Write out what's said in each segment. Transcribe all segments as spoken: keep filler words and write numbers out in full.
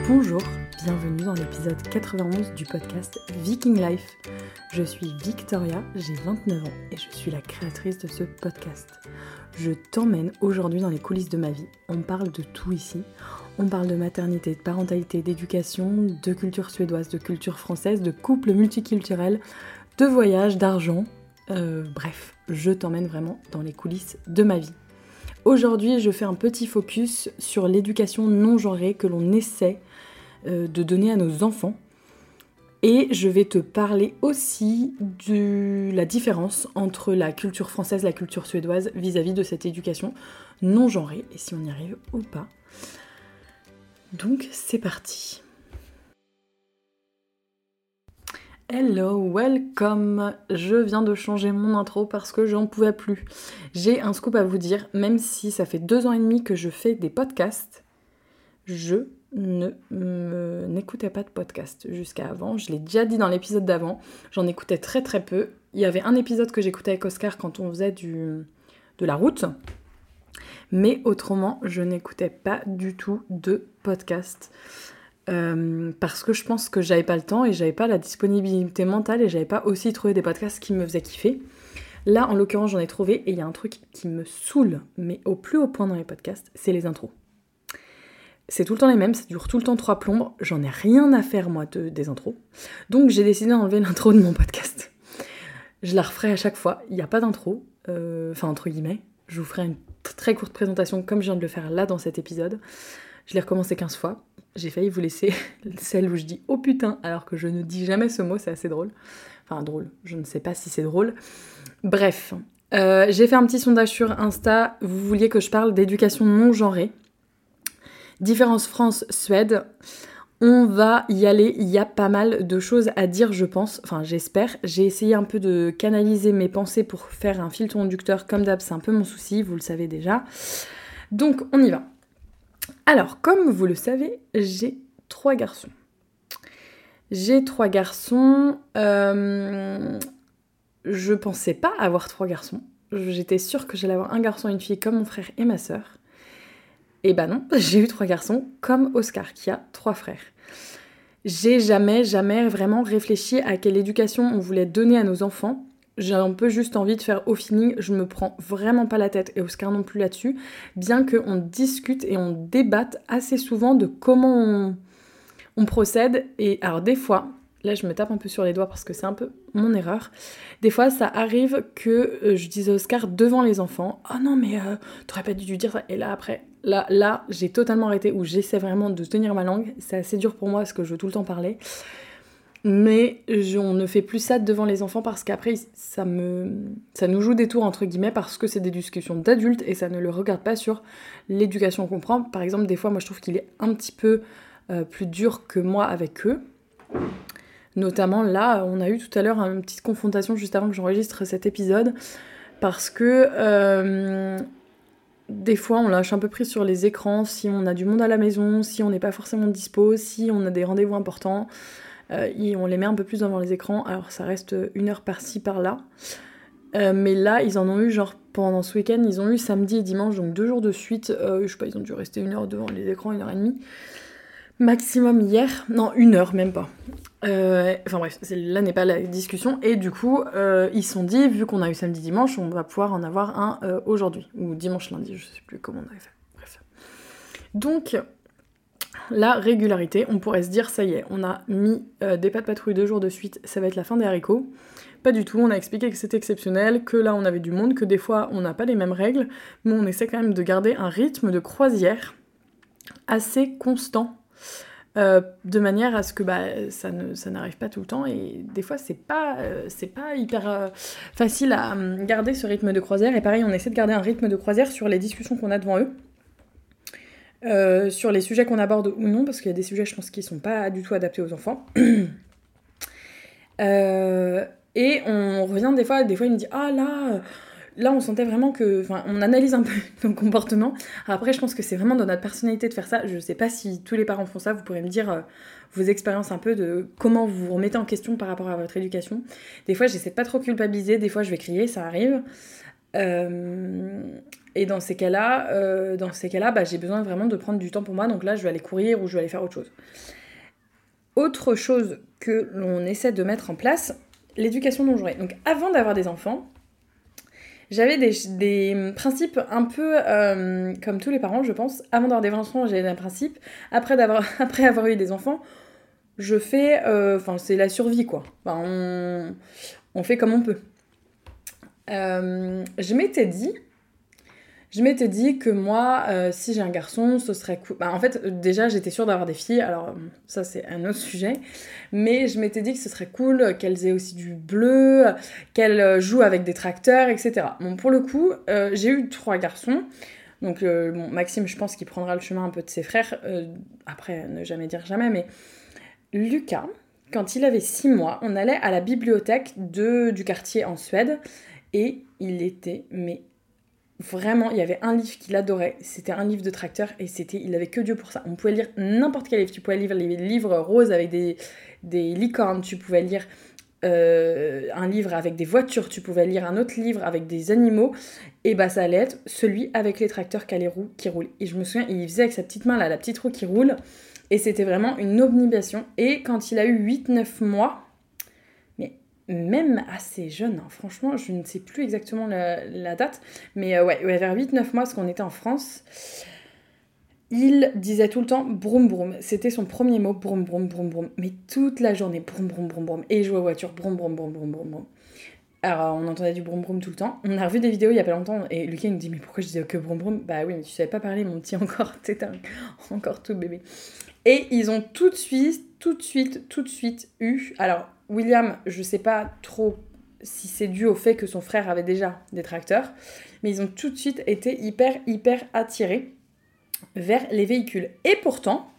Bonjour, bienvenue dans l'épisode quatre-vingt-onze du podcast Viking Life. Je suis Victoria, j'ai vingt-neuf ans et je suis la créatrice de ce podcast. Je t'emmène aujourd'hui dans les coulisses de ma vie. On parle de tout ici. On parle de maternité, de parentalité, d'éducation, de culture suédoise, de culture française, de couple multiculturel, de voyage, d'argent. Euh, bref, je t'emmène vraiment dans les coulisses de ma vie. Aujourd'hui, je fais un petit focus sur l'éducation non genrée que l'on essaie euh, de donner à nos enfants. Et je vais te parler aussi de la différence entre la culture française et la culture suédoise vis-à-vis de cette éducation non genrée, et si on y arrive ou pas. Donc, c'est parti. Hello, welcome. Je viens de changer mon intro parce que j'en pouvais plus. J'ai un scoop à vous dire, même si ça fait deux ans et demi que je fais des podcasts, je ne me... n'écoutais pas de podcast jusqu'à avant. Je l'ai déjà dit dans l'épisode d'avant, j'en écoutais très très peu. Il y avait un épisode que j'écoutais avec Oscar quand on faisait du... de la route, mais autrement, je n'écoutais pas du tout de podcast. Euh, parce que je pense que j'avais pas le temps et j'avais pas la disponibilité mentale et j'avais pas aussi trouvé des podcasts qui me faisaient kiffer. Là, en l'occurrence, j'en ai trouvé et il y a un truc qui me saoule, mais au plus haut point dans les podcasts, c'est les intros. C'est tout le temps les mêmes, ça dure tout le temps trois plombes, j'en ai rien à faire moi de, des intros. Donc j'ai décidé d'enlever l'intro de mon podcast. Je la referai à chaque fois, il n'y a pas d'intro, euh, enfin entre guillemets, je vous ferai une t- très courte présentation comme je viens de le faire là dans cet épisode. Je l'ai recommencé quinze fois. J'ai failli vous laisser celle où je dis « oh putain » alors que je ne dis jamais ce mot, c'est assez drôle. Enfin drôle, je ne sais pas si c'est drôle. Bref, euh, j'ai fait un petit sondage sur Insta. Vous vouliez que je parle d'éducation non genrée. Différence France-Suède. On va y aller, il y a pas mal de choses à dire je pense. Enfin j'espère. J'ai essayé un peu de canaliser mes pensées pour faire un fil conducteur. Comme d'hab, c'est un peu mon souci, vous le savez déjà. Donc on y va. Alors, comme vous le savez, j'ai trois garçons. J'ai trois garçons. Euh, je pensais pas avoir trois garçons. J'étais sûre que j'allais avoir un garçon et une fille comme mon frère et ma sœur. Et bah non, j'ai eu trois garçons comme Oscar qui a trois frères. J'ai jamais, jamais vraiment réfléchi à quelle éducation on voulait donner à nos enfants. J'ai un peu juste envie de faire au feeling, je me prends vraiment pas la tête, et Oscar non plus là-dessus, bien qu'on discute et on débatte assez souvent de comment on, on procède. Et alors des fois, là je me tape un peu sur les doigts parce que c'est un peu mon erreur, des fois ça arrive que euh, je dise à Oscar devant les enfants « oh non mais euh, t'aurais pas dû dire ça » et là après, là, là j'ai totalement arrêté, où j'essaie vraiment de tenir ma langue, c'est assez dur pour moi parce que je veux tout le temps parler. Mais je, on ne fait plus ça devant les enfants parce qu'après, ça, me, ça nous joue des tours, entre guillemets, parce que c'est des discussions d'adultes et ça ne le regarde pas sur l'éducation qu'on prend. Par exemple, des fois, moi, je trouve qu'il est un petit peu euh, plus dur que moi avec eux. Notamment, là, on a eu tout à l'heure une petite confrontation juste avant que j'enregistre cet épisode parce que euh, des fois, on lâche un peu prise sur les écrans si on a du monde à la maison, si on n'est pas forcément dispo, si on a des rendez-vous importants. Euh, et on les met un peu plus devant les écrans, alors ça reste une heure par-ci, par-là. Euh, mais là, ils en ont eu, genre, pendant ce week-end, ils ont eu samedi et dimanche, donc deux jours de suite. Euh, je sais pas, ils ont dû rester une heure devant les écrans, une heure et demie. Maximum hier. Non, une heure, même pas. Euh, enfin bref, c'est, là n'est pas la discussion. Et du coup, euh, ils se sont dit, vu qu'on a eu samedi, dimanche, on va pouvoir en avoir un euh, aujourd'hui. Ou dimanche, lundi, je sais plus comment on avait fait. Bref. Donc... la régularité, on pourrait se dire ça y est, on a mis euh, des pas de patrouille deux jours de suite, ça va être la fin des haricots. Pas du tout, on a expliqué que c'était exceptionnel, que là on avait du monde, que des fois on n'a pas les mêmes règles, mais on essaie quand même de garder un rythme de croisière assez constant, euh, de manière à ce que bah, ça, ne, ça n'arrive pas tout le temps, et des fois c'est pas, euh, c'est pas hyper euh, facile à euh, garder ce rythme de croisière, et pareil on essaie de garder un rythme de croisière sur les discussions qu'on a devant eux. Euh, sur les sujets qu'on aborde ou non, parce qu'il y a des sujets, je pense, qui sont pas du tout adaptés aux enfants. euh, et on revient des fois, des fois il me dit « ah là, là on sentait vraiment que... » Enfin, on analyse un peu nos comportements. Après, je pense que c'est vraiment dans notre personnalité de faire ça. Je sais pas si tous les parents font ça, vous pourrez me dire euh, vos expériences un peu de comment vous vous remettez en question par rapport à votre éducation. Des fois, j'essaie de pas trop culpabiliser, des fois je vais crier, ça arrive. Euh... Et dans ces cas-là, euh, dans ces cas-là bah, j'ai besoin vraiment de prendre du temps pour moi. Donc là, je vais aller courir ou je vais aller faire autre chose. Autre chose que l'on essaie de mettre en place, l'éducation non genrée. Donc avant d'avoir des enfants, j'avais des, des principes un peu euh, comme tous les parents, je pense. Avant d'avoir des enfants, j'avais des principes. Après, d'avoir, après avoir eu des enfants, je fais... Enfin, euh, c'est la survie, quoi. Enfin, on, on fait comme on peut. Euh, je m'étais dit... Je m'étais dit que moi, euh, si j'ai un garçon, ce serait cool. Bah, en fait, déjà, j'étais sûre d'avoir des filles. Alors, ça, c'est un autre sujet. Mais je m'étais dit que ce serait cool qu'elles aient aussi du bleu, qu'elles jouent avec des tracteurs, et cetera. Bon, pour le coup, euh, j'ai eu trois garçons. Donc, euh, bon, Maxime, je pense qu'il prendra le chemin un peu de ses frères. Euh, après, ne jamais dire jamais, mais Lucas, quand il avait six mois, on allait à la bibliothèque de, du quartier en Suède. Et il était, mais... Vraiment, il y avait un livre qu'il adorait, c'était un livre de tracteur et c'était, il avait que Dieu pour ça. On pouvait lire n'importe quel livre, tu pouvais lire les livres roses avec des, des licornes, tu pouvais lire euh, un livre avec des voitures, tu pouvais lire un autre livre avec des animaux, et bah ça allait être celui avec les tracteurs qui a les roues qui roulent. Et je me souviens, il faisait avec sa petite main là, la petite roue qui roule, et c'était vraiment une obligation. Et quand il a eu huit neuf mois, même assez jeune, hein. Franchement, je ne sais plus exactement la, la date, mais euh, ouais, ouais, vers huit neuf mois, parce qu'on était en France, il disait tout le temps broum broum, c'était son premier mot, broum broum broum broum, mais toute la journée, broum broum broum broum, et il jouait aux voitures, broum broum broum broum broum broum. Alors, on entendait du broum broum tout le temps. On a revu des vidéos il y a pas longtemps, et Lucas il me dit, mais pourquoi je disais que broum broum? Bah oui, mais tu savais pas parler, mon petit, encore, t'étais encore tout bébé. Et ils ont tout de suite, tout de suite, tout de suite eu... Alors, William, je sais pas trop si c'est dû au fait que son frère avait déjà des tracteurs, mais ils ont tout de suite été hyper, hyper attirés vers les véhicules. Et pourtant,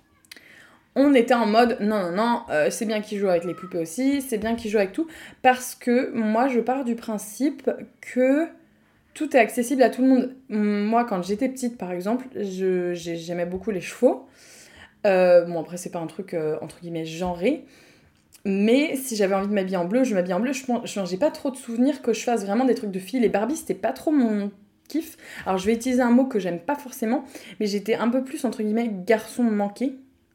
on était en mode, non, non, non, euh, c'est bien qu'ils jouent avec les poupées aussi, c'est bien qu'ils jouent avec tout, parce que moi, je pars du principe que... tout est accessible à tout le monde. Moi, quand j'étais petite, par exemple, je, j'aimais beaucoup les chevaux. Euh, bon, après, c'est pas un truc, euh, entre guillemets, genré. Mais si j'avais envie de m'habiller en bleu, je m'habille en bleu. Je pense, j'ai pas trop de souvenirs que je fasse vraiment des trucs de filles. Les Barbie, c'était pas trop mon kiff. Alors, je vais utiliser un mot que j'aime pas forcément, mais j'étais un peu plus, entre guillemets, garçon manqué.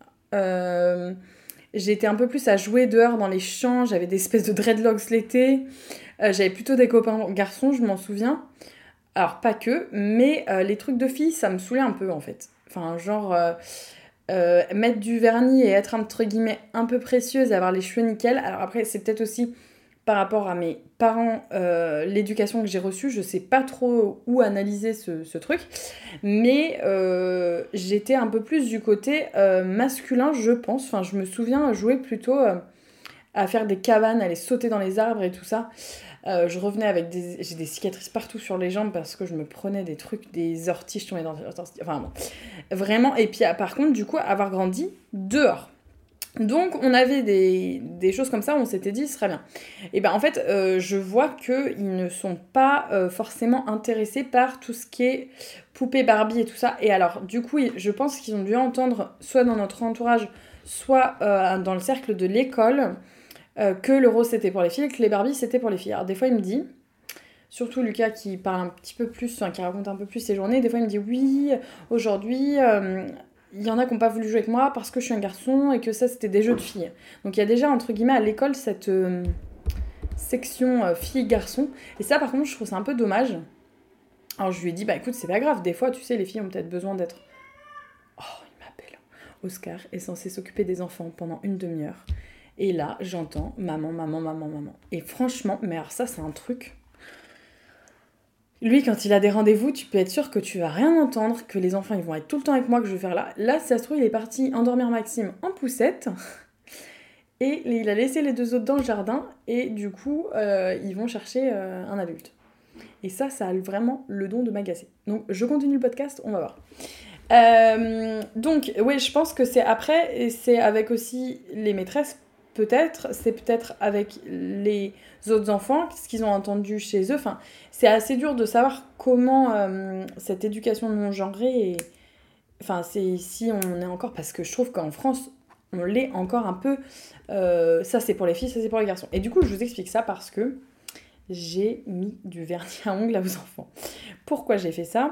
Euh, j'étais un peu plus à jouer dehors dans les champs. J'avais des espèces de dreadlocks l'été. Euh, j'avais plutôt des copains garçons, je m'en souviens. Alors, pas que, mais euh, les trucs de filles, ça me saoulait un peu, en fait. Enfin, genre... Euh, Euh, mettre du vernis et être entre guillemets un peu précieuse et avoir les cheveux nickel. Alors après, c'est peut-être aussi par rapport à mes parents, euh, l'éducation que j'ai reçue, je sais pas trop où analyser ce, ce truc, mais euh, j'étais un peu plus du côté euh, masculin, je pense. Enfin, je me souviens jouer plutôt euh, à faire des cabanes, aller sauter dans les arbres et tout ça. Euh, je revenais avec des... J'ai des cicatrices partout sur les jambes parce que je me prenais des trucs, des orties, je tombais dans des orties. Enfin bon, vraiment. Et puis par contre, du coup, avoir grandi dehors. Donc on avait des, des choses comme ça, on s'était dit, ce serait bien. Et ben en fait, euh, je vois qu'ils ne sont pas euh, forcément intéressés par tout ce qui est poupée Barbie et tout ça. Et alors, du coup, je pense qu'ils ont dû entendre, soit dans notre entourage, soit euh, dans le cercle de l'école... Euh, que le rose c'était pour les filles et que les Barbies c'était pour les filles. Alors des fois il me dit, surtout Lucas qui parle un petit peu plus, enfin, qui raconte un peu plus ses journées, des fois il me dit oui, aujourd'hui euh, il y en a qui n'ont pas voulu jouer avec moi parce que je suis un garçon et que ça c'était des jeux de filles. Donc il y a déjà entre guillemets à l'école cette euh, section euh, filles-garçons, et ça par contre je trouve ça un peu dommage. Alors je lui ai dit bah écoute c'est pas grave, des fois tu sais les filles ont peut-être besoin d'être... Oh il m'appelle. Oscar est censé s'occuper des enfants pendant une demi-heure. Et là, j'entends maman, maman, maman, maman. Et franchement, mais alors ça, c'est un truc. Lui, quand il a des rendez-vous, tu peux être sûr que tu vas rien entendre, que les enfants, ils vont être tout le temps avec moi, que je vais faire là. Là, si ça se trouve, il est parti endormir Maxime en poussette. Et il a laissé les deux autres dans le jardin. Et du coup, euh, ils vont chercher euh, un adulte. Et ça, ça a vraiment le don de m'agacer. Donc, je continue le podcast, on va voir. Euh, donc, oui, je pense que c'est après, et c'est avec aussi les maîtresses. Peut-être, c'est peut-être avec les autres enfants, ce qu'ils ont entendu chez eux. Enfin, c'est assez dur de savoir comment euh, cette éducation non genrée est... Enfin, c'est ici, on est encore... Parce que je trouve qu'en France, on l'est encore un peu... Euh, ça, c'est pour les filles, ça, c'est pour les garçons. Et du coup, je vous explique ça parce que j'ai mis du vernis à ongles aux enfants. Pourquoi j'ai fait ça ?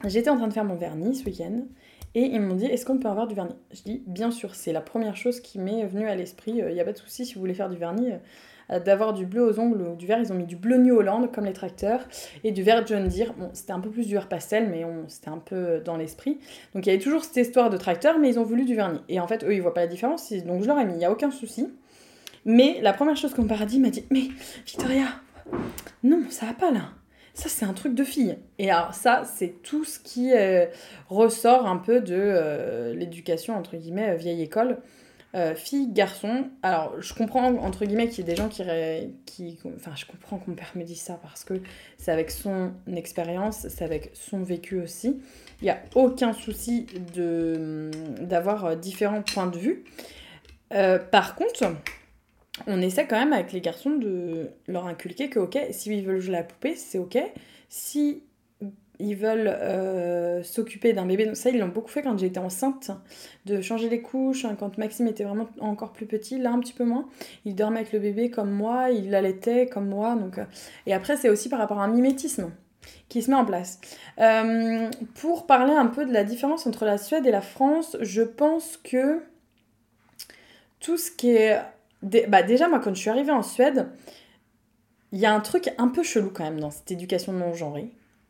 J'étais en train de faire mon vernis ce week-end et ils m'ont dit est-ce qu'on peut avoir du vernis? Je dis bien sûr, c'est la première chose qui m'est venue à l'esprit, il n'y a pas de souci si vous voulez faire du vernis, euh, d'avoir du bleu aux ongles ou du vert. Ils ont mis du bleu New Holland comme les tracteurs et du vert John Deere. Bon, c'était un peu plus du vert pastel, mais on, c'était un peu dans l'esprit. Donc il y avait toujours cette histoire de tracteur, mais ils ont voulu du vernis. Et en fait, eux, ils voient pas la différence, donc je leur ai mis, il n'y a aucun souci. Mais la première chose que mon paradis m'a dit, mais Victoria, non, ça va pas là. Ça, c'est un truc de fille. Et alors ça, c'est tout ce qui euh, ressort un peu de euh, l'éducation, entre guillemets, euh, vieille école. Euh, fille, garçon. Alors, je comprends, entre guillemets, qu'il y ait des gens qui, qui... Enfin, je comprends que mon père me dise ça parce que c'est avec son expérience, c'est avec son vécu aussi. Il n'y a aucun souci de, d'avoir différents points de vue. Euh, par contre... on essaie quand même avec les garçons de leur inculquer que ok, s'ils veulent jouer à la poupée, c'est ok. Si ils veulent euh, s'occuper d'un bébé, ça ils l'ont beaucoup fait quand j'étais enceinte, de changer les couches, hein, quand Maxime était vraiment encore plus petit, là un petit peu moins. Il dormait avec le bébé comme moi, il l'allaitait comme moi. Donc, euh... Et après c'est aussi par rapport à un mimétisme qui se met en place. Euh, pour parler un peu de la différence entre la Suède et la France, je pense que tout ce qui est... Dé- bah déjà, moi, quand je suis arrivée en Suède, il y a un truc un peu chelou quand même dans cette éducation non genrée.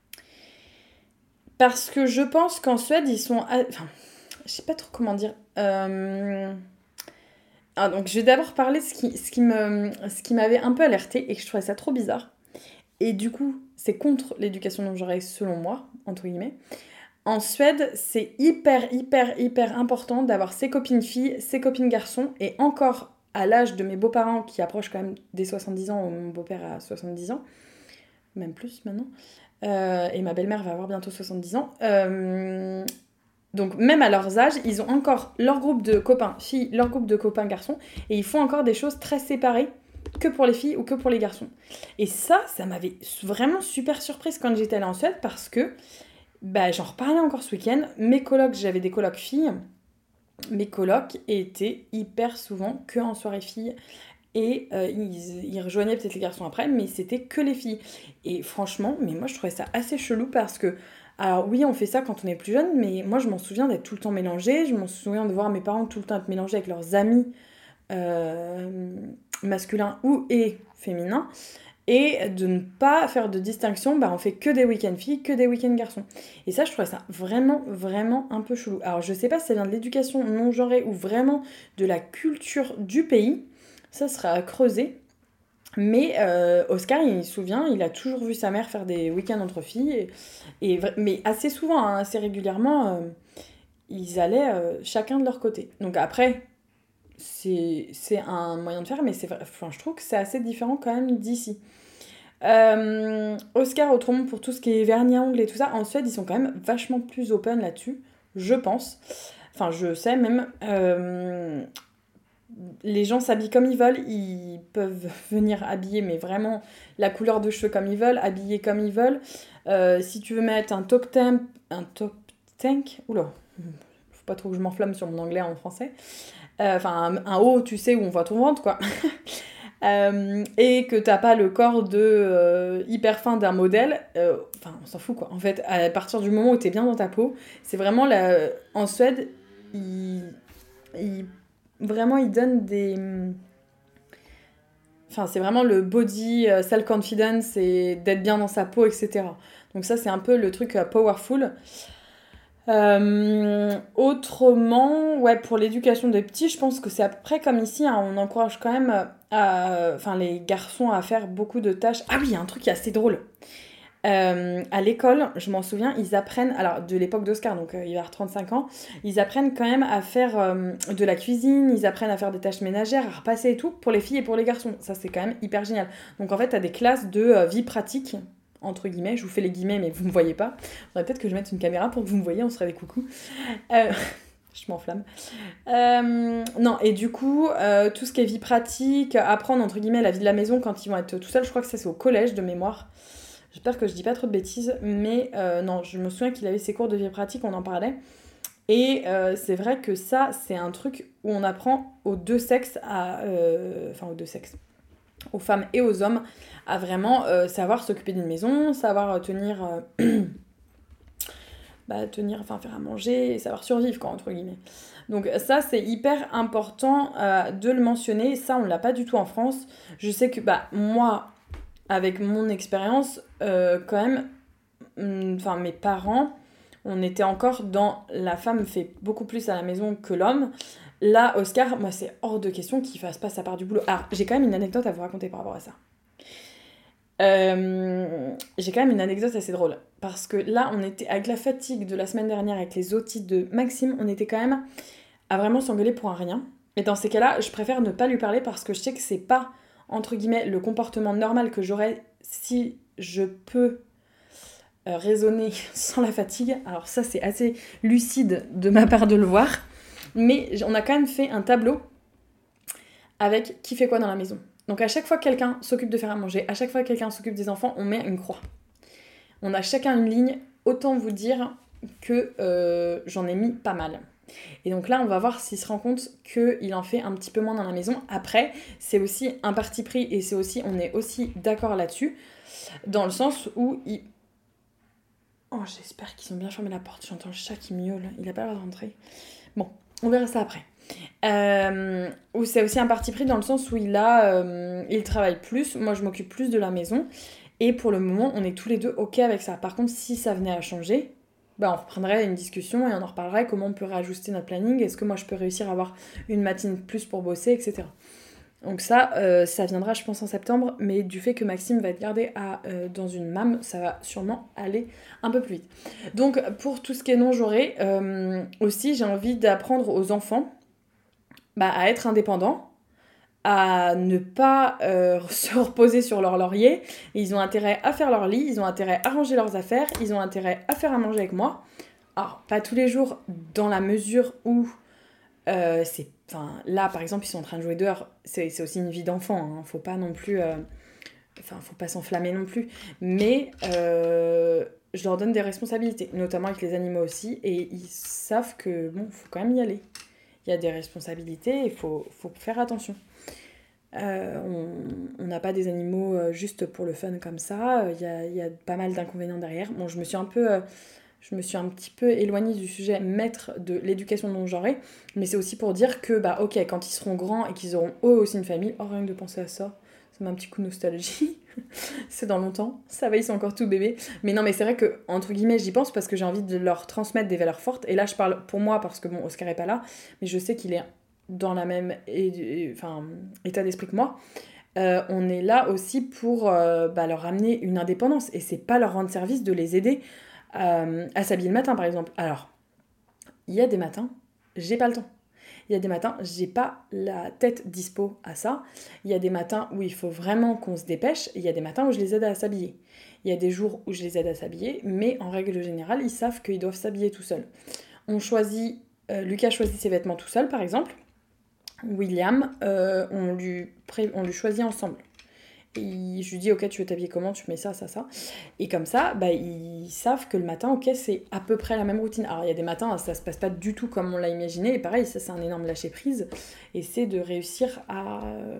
Parce que je pense qu'en Suède, ils sont... Enfin, je sais pas trop comment dire. Euh... Ah, donc, je vais d'abord parler de ce qui, ce qui, me, ce qui m'avait un peu alertée et que je trouvais ça trop bizarre. Et du coup, c'est contre l'éducation non genrée, selon moi, entre guillemets. En Suède, c'est hyper, hyper, hyper important d'avoir ses copines filles, ses copines garçons, et encore à l'âge de mes beaux-parents qui approchent quand même des soixante-dix ans, mon beau-père a soixante-dix ans, même plus maintenant, euh, et ma belle-mère va avoir bientôt soixante-dix ans. Euh, donc même à leurs âges, ils ont encore leur groupe de copains filles, leur groupe de copains garçons, et ils font encore des choses très séparées que pour les filles ou que pour les garçons. Et ça, ça m'avait vraiment super surprise quand j'étais allée en Suède parce que bah, j'en reparlais encore ce week-end. Mes colocs, j'avais des colocs filles. Mes colocs étaient hyper souvent que en soirée filles. Et euh, ils, ils rejoignaient peut-être les garçons après, mais c'était que les filles. Et franchement, mais moi je trouvais ça assez chelou parce que, alors oui, on fait ça quand on est plus jeune, mais moi je m'en souviens d'être tout le temps mélangée. Je m'en souviens de voir mes parents tout le temps être mélangés avec leurs amis euh, masculins ou et féminins. Et de ne pas faire de distinction, bah on fait que des week-ends filles, que des week-ends garçons. Et ça, je trouvais ça vraiment, vraiment un peu chelou. Alors, je sais pas si ça vient de l'éducation non genrée ou vraiment de la culture du pays. Ça sera à creuser. Mais euh, Oscar, il se souvient, il a toujours vu sa mère faire des week-ends entre filles. Et, et, mais assez souvent, hein, assez régulièrement, euh, ils allaient euh, chacun de leur côté. Donc après, c'est, c'est un moyen de faire, mais c'est, enfin, je trouve que c'est assez différent quand même d'ici. Euh, Oscar, autrement, pour tout ce qui est vernis à ongles et tout ça, en Suède, ils sont quand même vachement plus open là-dessus, je pense. Enfin, je sais même. Euh, les gens s'habillent comme ils veulent, ils peuvent venir habiller, mais vraiment la couleur de cheveux comme ils veulent, habiller comme ils veulent. Euh, si tu veux mettre un top tank, un top tank, oula, faut pas trop que je m'enflamme sur mon anglais en français. Enfin, euh, un, un haut, tu sais, où on voit ton ventre, quoi. Euh, et que t'as pas le corps de euh, hyper fin d'un modèle, euh, enfin on s'en fout quoi. En fait, à partir du moment où t'es bien dans ta peau, c'est vraiment la... En Suède, ils... ils... vraiment ils donnent des... Enfin c'est vraiment le body euh, self-confidence et d'être bien dans sa peau, et cetera. Donc ça c'est un peu le truc euh, powerful. Euh, autrement, ouais, pour l'éducation des petits, je pense que c'est à peu près comme ici, hein, on encourage quand même à, enfin, les garçons à faire beaucoup de tâches. Ah oui, il y a un truc qui est assez drôle. Euh, à l'école, je m'en souviens, ils apprennent, alors de l'époque d'Oscar, donc euh, il va avoir trente-cinq ans, ils apprennent quand même à faire euh, de la cuisine, ils apprennent à faire des tâches ménagères, à repasser et tout, pour les filles et pour les garçons. Ça, c'est quand même hyper génial. Donc en fait, t'as des classes de euh, vie pratique, entre guillemets, je vous fais les guillemets mais vous me voyez pas. Faudrait peut-être que je mette une caméra pour que vous me voyez, on serait des coucous. Euh, je m'enflamme. Euh, non, et du coup, euh, tout ce qui est vie pratique, apprendre entre guillemets la vie de la maison quand ils vont être tout seuls, je crois que ça c'est au collège de mémoire. J'espère que je dis pas trop de bêtises, mais euh, non, je me souviens qu'il avait ses cours de vie pratique, on en parlait. Et euh, c'est vrai que ça, c'est un truc où on apprend aux deux sexes à... euh, Enfin, aux deux sexes. Aux femmes et aux hommes à vraiment euh, savoir s'occuper d'une maison, savoir tenir euh, bah, tenir, enfin faire à manger et savoir survivre, quoi, entre guillemets. Donc ça, c'est hyper important euh, de le mentionner. Ça, on l'a pas du tout en France. Je sais que bah, moi, avec mon expérience, euh, quand même, enfin mes parents, on était encore dans la femme fait beaucoup plus à la maison que l'homme. Là, Oscar, moi, c'est hors de question qu'il fasse pas sa part du boulot. Alors, j'ai quand même une anecdote à vous raconter par rapport à ça. Euh, j'ai quand même une anecdote assez drôle. Parce que là, on était avec la fatigue de la semaine dernière, avec les otites de Maxime, on était quand même à vraiment s'engueuler pour un rien. Et dans ces cas-là, je préfère ne pas lui parler parce que je sais que c'est pas, entre guillemets, le comportement normal que j'aurais si je peux euh, raisonner sans la fatigue. Alors ça, c'est assez lucide de ma part de le voir. Mais on a quand même fait un tableau avec qui fait quoi dans la maison. Donc à chaque fois que quelqu'un s'occupe de faire à manger, à chaque fois que quelqu'un s'occupe des enfants, on met une croix. On a chacun une ligne, autant vous dire que euh, j'en ai mis pas mal. Et donc là, on va voir s'il se rend compte qu'il en fait un petit peu moins dans la maison. Après, c'est aussi un parti pris et c'est aussi, on est aussi d'accord là-dessus, dans le sens où il... Oh, j'espère qu'ils ont bien fermé la porte. J'entends le chat qui miaule. Il a pas l'air de rentrer. Bon, on verra ça après. Euh, où c'est aussi un parti pris dans le sens où il a, euh, il travaille plus. Moi, je m'occupe plus de la maison. Et pour le moment, on est tous les deux OK avec ça. Par contre, si ça venait à changer, bah, on reprendrait une discussion et on en reparlerait comment on peut réajuster notre planning. Est-ce que moi, je peux réussir à avoir une matinée de plus pour bosser, et cetera. Donc ça, euh, ça viendra, je pense, en septembre. Mais du fait que Maxime va être gardé à, euh, dans une M A M, ça va sûrement aller un peu plus vite. Donc, pour tout ce qui est non-genré, euh, aussi, j'ai envie d'apprendre aux enfants bah, à être indépendants, à ne pas euh, se reposer sur leur laurier. Ils ont intérêt à faire leur lit, ils ont intérêt à ranger leurs affaires, ils ont intérêt à faire à manger avec moi. Alors, pas tous les jours, dans la mesure où euh, c'est... Enfin, là, par exemple, ils sont en train de jouer dehors. C'est, c'est aussi une vie d'enfant, hein. Faut pas non plus... euh, Enfin, faut pas s'enflammer non plus. Mais euh, je leur donne des responsabilités, notamment avec les animaux aussi, et ils savent que, bon, faut quand même y aller. Il y a des responsabilités, il faut, faut faire attention. Euh, on n'a pas des animaux euh, juste pour le fun comme ça. Il euh, y, y a pas mal d'inconvénients derrière. Bon, je me suis un peu, euh, je me suis un petit peu éloignée du sujet maître de l'éducation non genrée, mais c'est aussi pour dire que, bah, ok, quand ils seront grands et qu'ils auront eux aussi une famille, oh, rien que de penser à ça, ça m'a un petit coup de nostalgie. C'est dans longtemps. Ça va, ils sont encore tout bébés. Mais non, mais c'est vrai que, entre guillemets, j'y pense parce que j'ai envie de leur transmettre des valeurs fortes. Et là, je parle pour moi parce que, bon, Oscar est pas là, mais je sais qu'il est dans la même é- enfin, état d'esprit que moi. Euh, on est là aussi pour euh, bah, leur amener une indépendance. Et c'est pas leur rendre service de les aider euh, à s'habiller le matin, par exemple. Alors, il y a des matins, j'ai pas le temps. Il y a des matins, j'ai pas la tête dispo à ça. Il y a des matins où il faut vraiment qu'on se dépêche. Il y a des matins où je les aide à s'habiller. Il y a des jours où je les aide à s'habiller, mais en règle générale, ils savent qu'ils doivent s'habiller tout seuls. On choisit, euh, Lucas choisit ses vêtements tout seul, par exemple. William, euh, on, lui pré- on lui choisit ensemble. Et je lui dis, ok, tu veux t'habiller comment, tu mets ça, ça, ça. Et comme ça, bah, ils savent que le matin, ok, c'est à peu près la même routine. Alors, il y a des matins, ça se passe pas du tout comme on l'a imaginé. Et pareil, ça, c'est un énorme lâcher-prise. Et c'est de réussir à euh,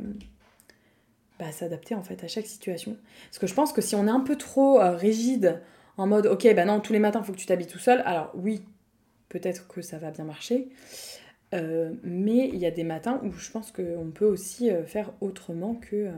bah, s'adapter, en fait, à chaque situation. Parce que je pense que si on est un peu trop euh, rigide, en mode, ok, bah non, tous les matins, il faut que tu t'habilles tout seul. Alors, oui, peut-être que ça va bien marcher. Euh, mais il y a des matins où je pense qu'on peut aussi euh, faire autrement que... euh,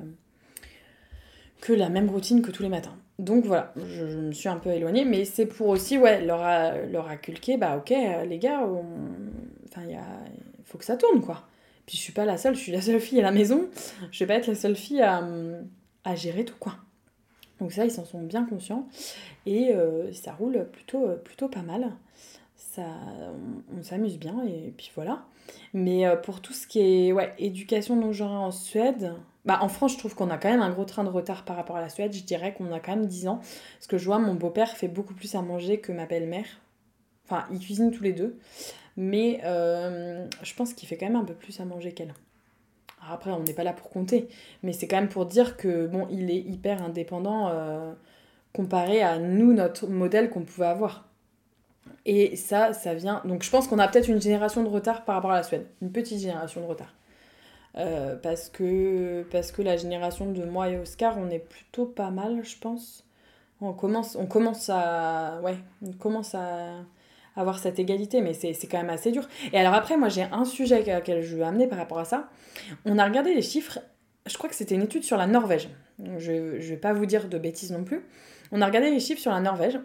que la même routine que tous les matins. Donc voilà, je, je me suis un peu éloignée, mais c'est pour aussi, ouais, leur, a- leur inculquer, bah ok, euh, les gars, on... enfin, il y a... faut que ça tourne, quoi. Puis je suis pas la seule, je suis la seule fille à la maison, je vais pas être la seule fille à, à gérer tout, quoi. Donc ça, ils s'en sont bien conscients, et euh, ça roule plutôt, plutôt pas mal. Ça, on, on s'amuse bien, et puis voilà. Mais euh, pour tout ce qui est ouais, éducation non genrée en Suède, bah en France, je trouve qu'on a quand même un gros train de retard par rapport à la Suède. Je dirais qu'on a quand même dix ans. Parce que je vois, mon beau-père fait beaucoup plus à manger que ma belle-mère. Enfin, ils cuisinent tous les deux. Mais euh, je pense qu'il fait quand même un peu plus à manger qu'elle. Alors après, on n'est pas là pour compter. Mais c'est quand même pour dire que, bon, il est hyper indépendant euh, comparé à nous, notre modèle qu'on pouvait avoir. Et ça, ça vient... Donc je pense qu'on a peut-être une génération de retard par rapport à la Suède. Une petite génération de retard. Euh, parce que, parce que la génération de moi et Oscar, on est plutôt pas mal, je pense. On commence, on commence à... Ouais, on commence à avoir cette égalité, mais c'est, c'est quand même assez dur. Et alors après, moi, j'ai un sujet auquel je veux amener par rapport à ça. On a regardé les chiffres, je crois que c'était une étude sur la Norvège. Je ne vais pas vous dire de bêtises non plus. On a regardé les chiffres sur la Norvège.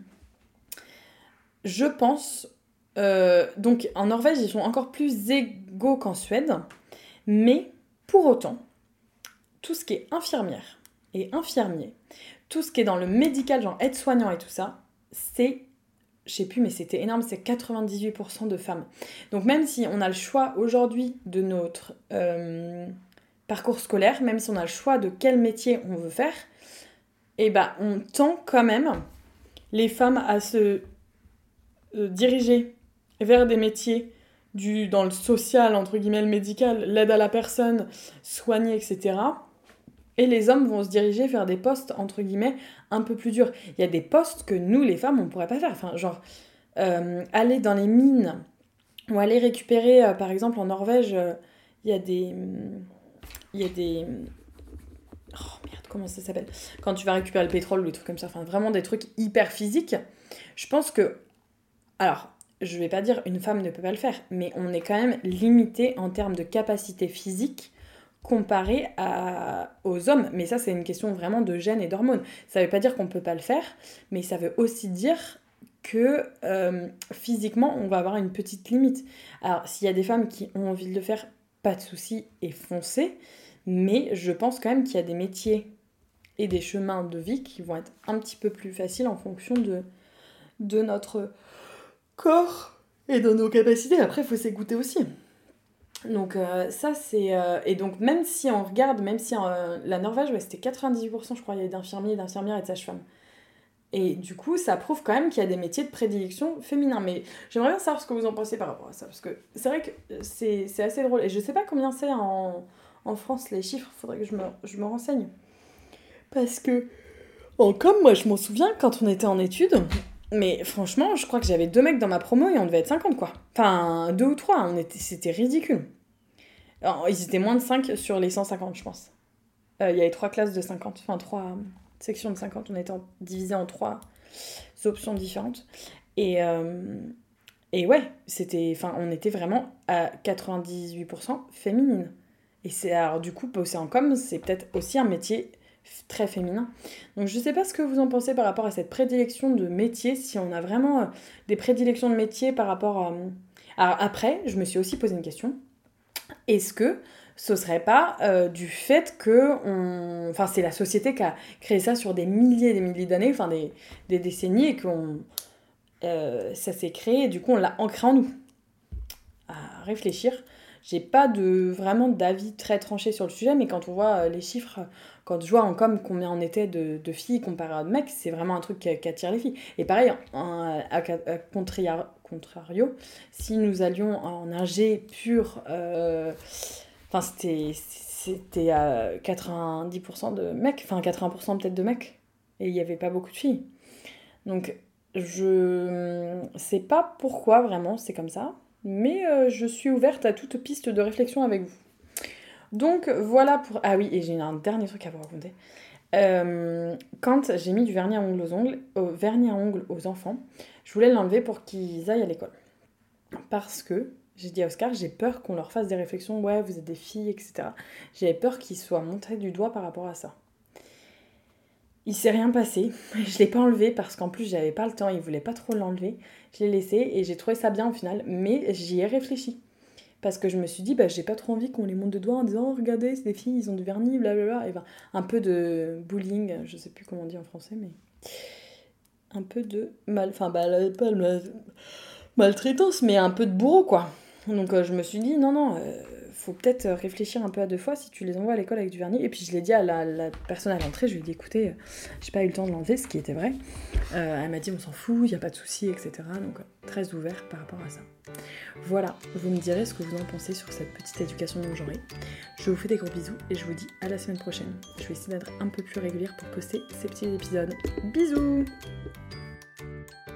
Je pense... euh, donc, en Norvège, ils sont encore plus égaux qu'en Suède. Mais, pour autant, tout ce qui est infirmière et infirmier, tout ce qui est dans le médical, genre aide-soignant et tout ça, c'est, je sais plus, mais c'était énorme, c'est quatre-vingt-dix-huit pour cent de femmes. Donc même si on a le choix aujourd'hui de notre euh, parcours scolaire, même si on a le choix de quel métier on veut faire, eh ben on tend quand même les femmes à se euh, diriger vers des métiers du, dans le social, entre guillemets, le médical, l'aide à la personne, soigner, et cetera. Et les hommes vont se diriger vers des postes, entre guillemets, un peu plus durs. Il y a des postes que nous, les femmes, on ne pourrait pas faire. Enfin, genre, euh, aller dans les mines ou aller récupérer, euh, par exemple, en Norvège, euh, il y a des... Il y a des... Oh merde, comment ça s'appelle ? Quand tu vas récupérer le pétrole ou des trucs comme ça. Enfin, vraiment des trucs hyper physiques. Je pense que... Alors, je vais pas dire une femme ne peut pas le faire, mais on est quand même limité en termes de capacité physique comparé à, aux hommes. Mais ça, c'est une question vraiment de gènes et d'hormones. Ça veut pas dire qu'on peut pas le faire, mais ça veut aussi dire que euh, physiquement, on va avoir une petite limite. Alors, s'il y a des femmes qui ont envie de le faire, pas de souci et foncez, mais je pense quand même qu'il y a des métiers et des chemins de vie qui vont être un petit peu plus faciles en fonction de, de notre corps et de nos capacités. Après, il faut s'écouter aussi. Donc euh, ça c'est... Euh, et donc même si on regarde, même si euh, la Norvège, ouais, c'était quatre-vingt-dix pour cent je crois, il y avait d'infirmiers, d'infirmières et de sages-femmes. Et du coup, ça prouve quand même qu'il y a des métiers de prédilection féminins. Mais j'aimerais bien savoir ce que vous en pensez par rapport à ça. Parce que c'est vrai que c'est, c'est assez drôle. Et je sais pas combien c'est en, en France les chiffres, faudrait que je me, je me renseigne. Parce que, en com, moi je m'en souviens quand on était en études... Mais franchement, je crois que j'avais deux mecs dans ma promo et on devait être cinquante, quoi. Enfin, deux ou trois, on était... c'était ridicule. Alors, ils étaient moins de cinq sur les cent cinquante, je pense. Euh, il y avait trois classes de cinquante, enfin trois euh, sections de cinquante. On était en... divisés en trois options différentes. Et, euh... et ouais, c'était... Enfin, on était vraiment à quatre-vingt-dix-huit pour cent féminines. Et c'est... Alors, du coup, bosser en com, c'est peut-être aussi un métier très féminin. Donc je sais pas ce que vous en pensez par rapport à cette prédilection de métier, si on a vraiment euh, des prédilections de métier par rapport à... Alors après, je me suis aussi posé une question. Est-ce que ce serait pas euh, du fait que... On... Enfin, c'est la société qui a créé ça sur des milliers et des milliers d'années, enfin des, des décennies, et que euh, ça s'est créé, et du coup on l'a ancré en nous. À réfléchir. J'ai pas de, vraiment d'avis très tranché sur le sujet, mais quand on voit euh, les chiffres, quand je vois en com combien on était de, de filles comparé à de mecs, c'est vraiment un truc qui, qui attire les filles. Et pareil, en, à, à contrario, contrario, si nous allions en ingé pur, euh, enfin c'était, c'était à quatre-vingt-dix pour cent de mecs, enfin quatre-vingts pour cent peut-être de mecs, et il n'y avait pas beaucoup de filles. Donc je sais pas pourquoi vraiment c'est comme ça. Mais euh, je suis ouverte à toute piste de réflexion avec vous. Donc voilà pour... Ah oui, et j'ai un dernier truc à vous raconter. Euh, quand j'ai mis du vernis à ongles aux ongles, au vernis à ongles aux enfants, je voulais l'enlever pour qu'ils aillent à l'école. Parce que, j'ai dit à Oscar, j'ai peur qu'on leur fasse des réflexions, ouais, vous êtes des filles, et cetera. J'avais peur qu'ils soient montrés du doigt par rapport à ça. Il s'est rien passé, je l'ai pas enlevé parce qu'en plus j'avais pas le temps, il voulait pas trop l'enlever. Je l'ai laissé et j'ai trouvé ça bien au final, mais j'y ai réfléchi. Parce que je me suis dit, bah j'ai pas trop envie qu'on les monte de doigts en disant, oh, regardez, c'est des filles, ils ont du vernis, blablabla. Et ben, un peu de bullying, je sais plus comment on dit en français, mais un peu de mal, enfin bah, pas mal... maltraitance, mais un peu de bourreau quoi. Donc euh, je me suis dit, non, non, euh, faut peut-être réfléchir un peu à deux fois si tu les envoies à l'école avec du vernis. Et puis je l'ai dit à la, la personne à l'entrée, je lui ai dit, écoutez, euh, j'ai pas eu le temps de l'enlever, ce qui était vrai. Euh, elle m'a dit, on s'en fout, il n'y a pas de souci, et cetera. Donc euh, très ouvert par rapport à ça. Voilà, vous me direz ce que vous en pensez sur cette petite éducation non genrée. Je vous fais des gros bisous et je vous dis à la semaine prochaine. Je vais essayer d'être un peu plus régulière pour poster ces petits épisodes. Bisous!